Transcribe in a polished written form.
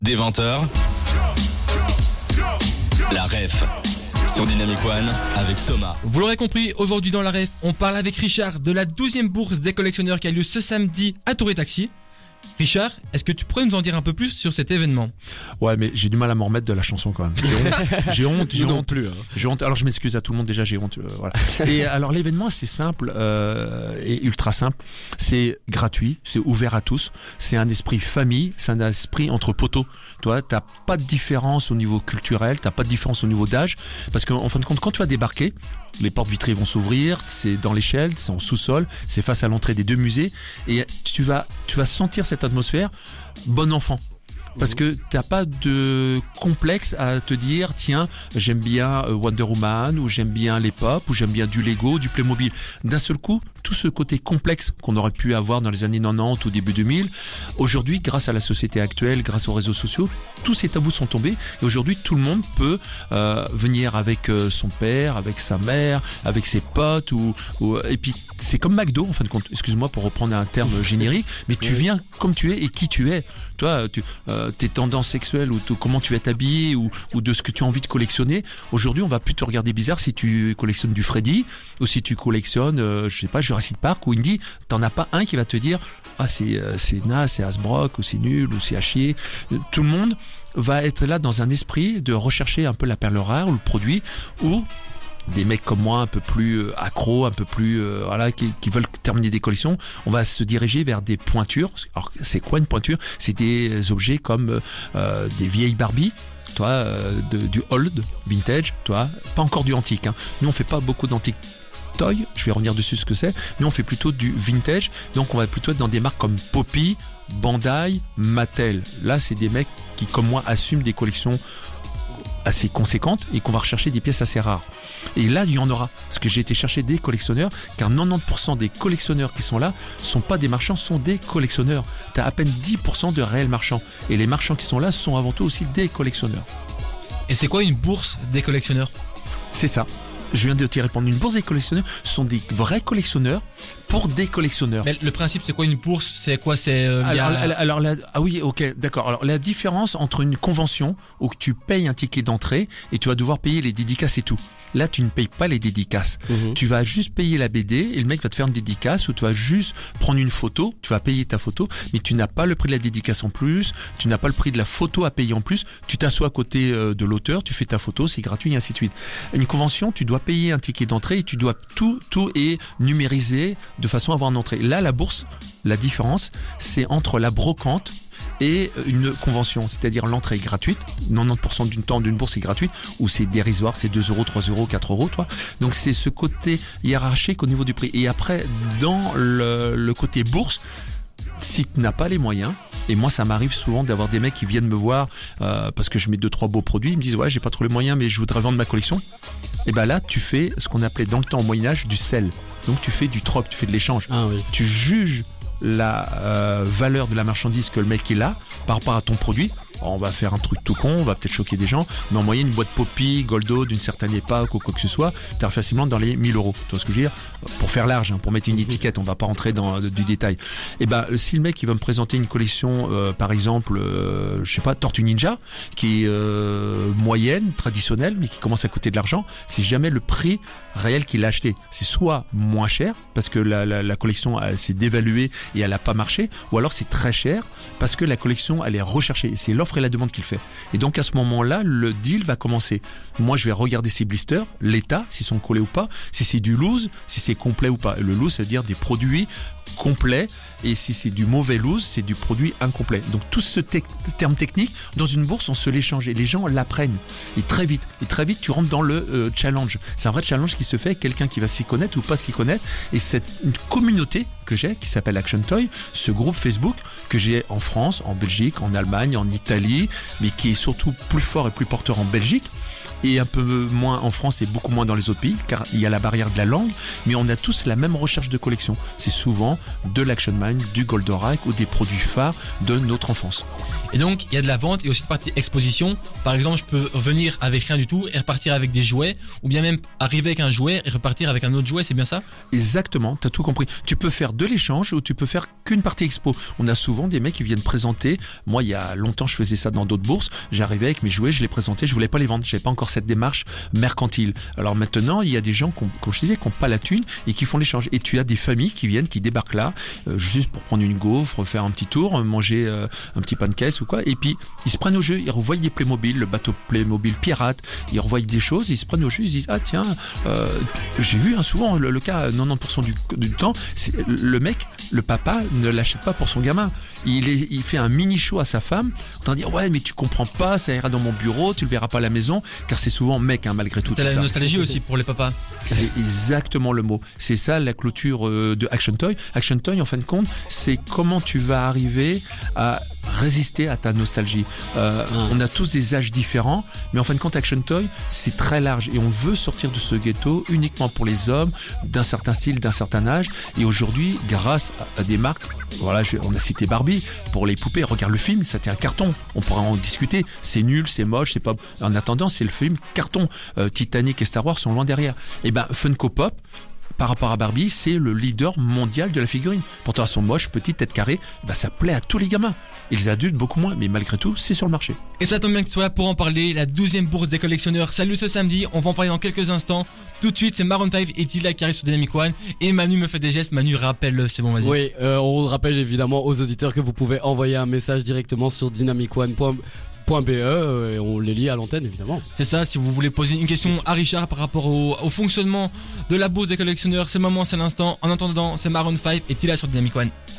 Dès 20h, la ref sur Dynamic One avec Thomas. Vous l'aurez compris, aujourd'hui dans la ref, on parle avec Richard de la 12e bourse des collectionneurs qui a lieu ce samedi à Tour et Taxi. Richard, est-ce que tu pourrais nous en dire un peu plus sur cet événement ? Ouais, mais j'ai du mal à m'en remettre de la chanson quand même. J'ai honte plus. J'ai honte. Alors je m'excuse à tout le monde déjà, j'ai honte. Voilà. Et alors l'événement c'est simple et ultra simple. C'est gratuit, c'est ouvert à tous. C'est un esprit famille, c'est un esprit entre poteaux. Toi, t'as pas de différence au niveau culturel, t'as pas de différence au niveau d'âge, parce qu'en fin de compte, quand tu vas débarquer, les portes vitrées vont s'ouvrir, c'est dans l'échelle, c'est en sous-sol, c'est face à l'entrée des deux musées, et tu vas sentir cette atmosphère bon enfant. Parce que t'as pas de complexe à te dire tiens j'aime bien Wonder Woman ou j'aime bien les pop ou j'aime bien du Lego, du Playmobil. D'un seul coup, tout ce côté complexe qu'on aurait pu avoir dans les années 90 ou début 2000, aujourd'hui grâce à la société actuelle, grâce aux réseaux sociaux, tous ces tabous sont tombés et aujourd'hui tout le monde peut venir avec son père, avec sa mère, avec ses potes et puis c'est comme McDo en fin de compte. Excuse-moi pour reprendre un terme générique, mais tu viens comme tu es et qui tu es. Toi, tes tendances sexuelles ou comment tu vas t'habiller ou de ce que tu as envie de collectionner. Aujourd'hui, on va plus te regarder bizarre si tu collectionnes du Freddy ou si tu collectionnes, je sais pas, Jurassic Park ou Indy. T'en as pas un qui va te dire ah c'est naze, c'est Hasbrock ou c'est nul ou c'est à chier. Tout le monde va être là dans un esprit de rechercher un peu la perle rare ou le produit ou des mecs comme moi un peu plus accros, un peu plus qui veulent terminer des collections, on va se diriger vers des pointures. Alors c'est quoi une pointure ? C'est des objets comme des vieilles Barbie, du old, vintage, pas encore du antique. Hein. Nous on fait pas beaucoup d'antique toy, je vais revenir dessus ce que c'est. Nous on fait plutôt du vintage, donc on va plutôt être dans des marques comme Poppy, Bandai, Mattel. Là c'est des mecs qui comme moi assument des collections assez conséquentes et qu'on va rechercher des pièces assez rares. Et là, il y en aura. Parce que j'ai été chercher des collectionneurs, car 90% des collectionneurs qui sont là sont pas des marchands, sont des collectionneurs. T'as à peine 10% de réels marchands. Et les marchands qui sont là sont avant tout aussi des collectionneurs. Et c'est quoi une bourse des collectionneurs ? C'est ça. Je viens de t'y répondre. Une bourse des collectionneurs sont des vrais collectionneurs pour des collectionneurs. Mais le principe, c'est quoi une bourse ? C'est quoi ? C'est oui, ok, d'accord. Alors la différence entre une convention où tu payes un ticket d'entrée et tu vas devoir payer les dédicaces et tout. Là, tu ne payes pas les dédicaces. Tu vas juste payer la BD et le mec va te faire une dédicace ou tu vas juste prendre une photo. Tu vas payer ta photo, mais tu n'as pas le prix de la dédicace en plus. Tu n'as pas le prix de la photo à payer en plus. Tu t'assois à côté de l'auteur, tu fais ta photo, c'est gratuit et ainsi de suite. Une convention, tu dois payer un ticket d'entrée et tu dois tout est numérisé de façon à avoir une entrée. Là, la bourse, la différence, c'est entre la brocante et une convention, c'est-à-dire l'entrée est gratuite, 90% du temps d'une bourse est gratuite, ou c'est dérisoire, c'est 2 euros, 3 euros, 4 euros, Donc c'est ce côté hiérarchique au niveau du prix. Et après, dans le côté bourse, si tu n'as pas les moyens, et moi ça m'arrive souvent d'avoir des mecs qui viennent me voir parce que je mets 2-3 beaux produits, ils me disent ouais j'ai pas trop les moyens mais je voudrais vendre ma collection. Et ben là tu fais ce qu'on appelait dans le temps au Moyen-Âge du sell. Donc tu fais du troc, tu fais de l'échange. Ah, oui. Tu juges la valeur de la marchandise que le mec il a par rapport à ton produit. On va faire un truc tout con, on va peut-être choquer des gens, mais en moyenne une boîte Poppy, Goldo d'une certaine époque ou quoi que ce soit, t'as facilement dans les 1000 euros. Tu vois ce que je veux dire ? Pour faire large, pour mettre une étiquette, on va pas rentrer dans du détail. Et ben si le mec il va me présenter une collection, par exemple, je sais pas, Tortue Ninja, qui est moyenne, traditionnelle, mais qui commence à coûter de l'argent, c'est jamais le prix réel qu'il a acheté. C'est soit moins cher parce que la collection s'est dévaluée et elle a pas marché, ou alors c'est très cher parce que la collection elle est recherchée. C'est l'offre et la demande qu'il fait. Et donc à ce moment-là, le deal va commencer. Moi, je vais regarder ces blisters, l'état, s'ils sont collés ou pas, si c'est du loose, si c'est complet ou pas. Et le loose, c'est-à-dire des produits complets, et si c'est du mauvais loose, c'est du produit incomplet. Donc tout ce terme technique, dans une bourse, on se l'échange et les gens l'apprennent. Et très vite, tu rentres dans le challenge. C'est un vrai challenge qui se fait avec quelqu'un qui va s'y connaître ou pas s'y connaître. Et c'est une communauté que j'ai qui s'appelle Action Toy, ce groupe Facebook que j'ai en France, en Belgique, en Allemagne, en Italie, mais qui est surtout plus fort et plus porteur en Belgique. et un peu moins en France et beaucoup moins dans les autres pays, car il y a la barrière de la langue, mais on a tous la même recherche de collection. C'est souvent de l'Action Man, du Goldorak ou des produits phares de notre enfance. Et donc, il y a de la vente et aussi une partie exposition. Par exemple, je peux venir avec rien du tout et repartir avec des jouets, ou bien même arriver avec un jouet et repartir avec un autre jouet, c'est bien ça? Exactement, t'as tout compris. Tu peux faire de l'échange ou tu peux faire qu'une partie expo. On a souvent des mecs qui viennent présenter. Moi, il y a longtemps, je faisais ça dans d'autres bourses. J'arrivais avec mes jouets, je les présentais, je voulais pas les vendre. J'avais pas encore cette démarche mercantile. Alors maintenant, il y a des gens, comme je disais, qui n'ont pas la thune et qui font l'échange. Et tu as des familles qui viennent, qui débarquent là, juste pour prendre une gaufre, faire un petit tour, manger un petit pain de caisse ou quoi. Et puis, ils se prennent au jeu, ils revoient des Playmobil, le bateau Playmobil pirate, ils revoient des choses, ils se prennent au jeu, ils se disent, ah tiens, j'ai vu souvent le cas, 90% du temps, le mec, le papa ne l'achète pas pour son gamin. Il fait un mini show à sa femme, en train de dire, ouais, mais tu comprends pas, ça ira dans mon bureau, tu le verras pas à la maison, car c'est souvent mec, hein, malgré tout. T'as la nostalgie aussi pour les papas. C'est exactement le mot. C'est ça la clôture de Action Toy. Action Toy, en fin de compte, c'est comment tu vas arriver à résister à ta nostalgie. On a tous des âges différents, mais en fin de compte, Action Toy, c'est très large et on veut sortir de ce ghetto uniquement pour les hommes d'un certain style, d'un certain âge. Et aujourd'hui, grâce à des marques, voilà, on a cité Barbie pour les poupées. Regarde le film, c'était un carton. On pourra en discuter. C'est nul, c'est moche, c'est pas. En attendant, c'est le film carton. Titanic et Star Wars sont loin derrière. Et ben, Funko Pop, par rapport à Barbie, c'est le leader mondial de la figurine. Pourtant, elles sont moches, petites, tête carrée, bah ça plaît à tous les gamins. Et les adultes, beaucoup moins, mais malgré tout, c'est sur le marché. Et ça tombe bien que tu sois là pour en parler. La 12e bourse des collectionneurs, salut ce samedi. On va en parler dans quelques instants. Tout de suite, c'est Maroon 5 et Tila qui arrivent sur Dynamic One. Et Manu me fait des gestes. Manu, rappelle-le, c'est bon, vas-y. Oui, on rappelle évidemment aux auditeurs que vous pouvez envoyer un message directement sur dynamicone.be et on les lit à l'antenne évidemment. C'est ça, si vous voulez poser une question à Richard par rapport au fonctionnement de la bourse des collectionneurs, c'est le moment, c'est l'instant. En attendant, c'est Maroon 5 et Tila sur Dynamic One.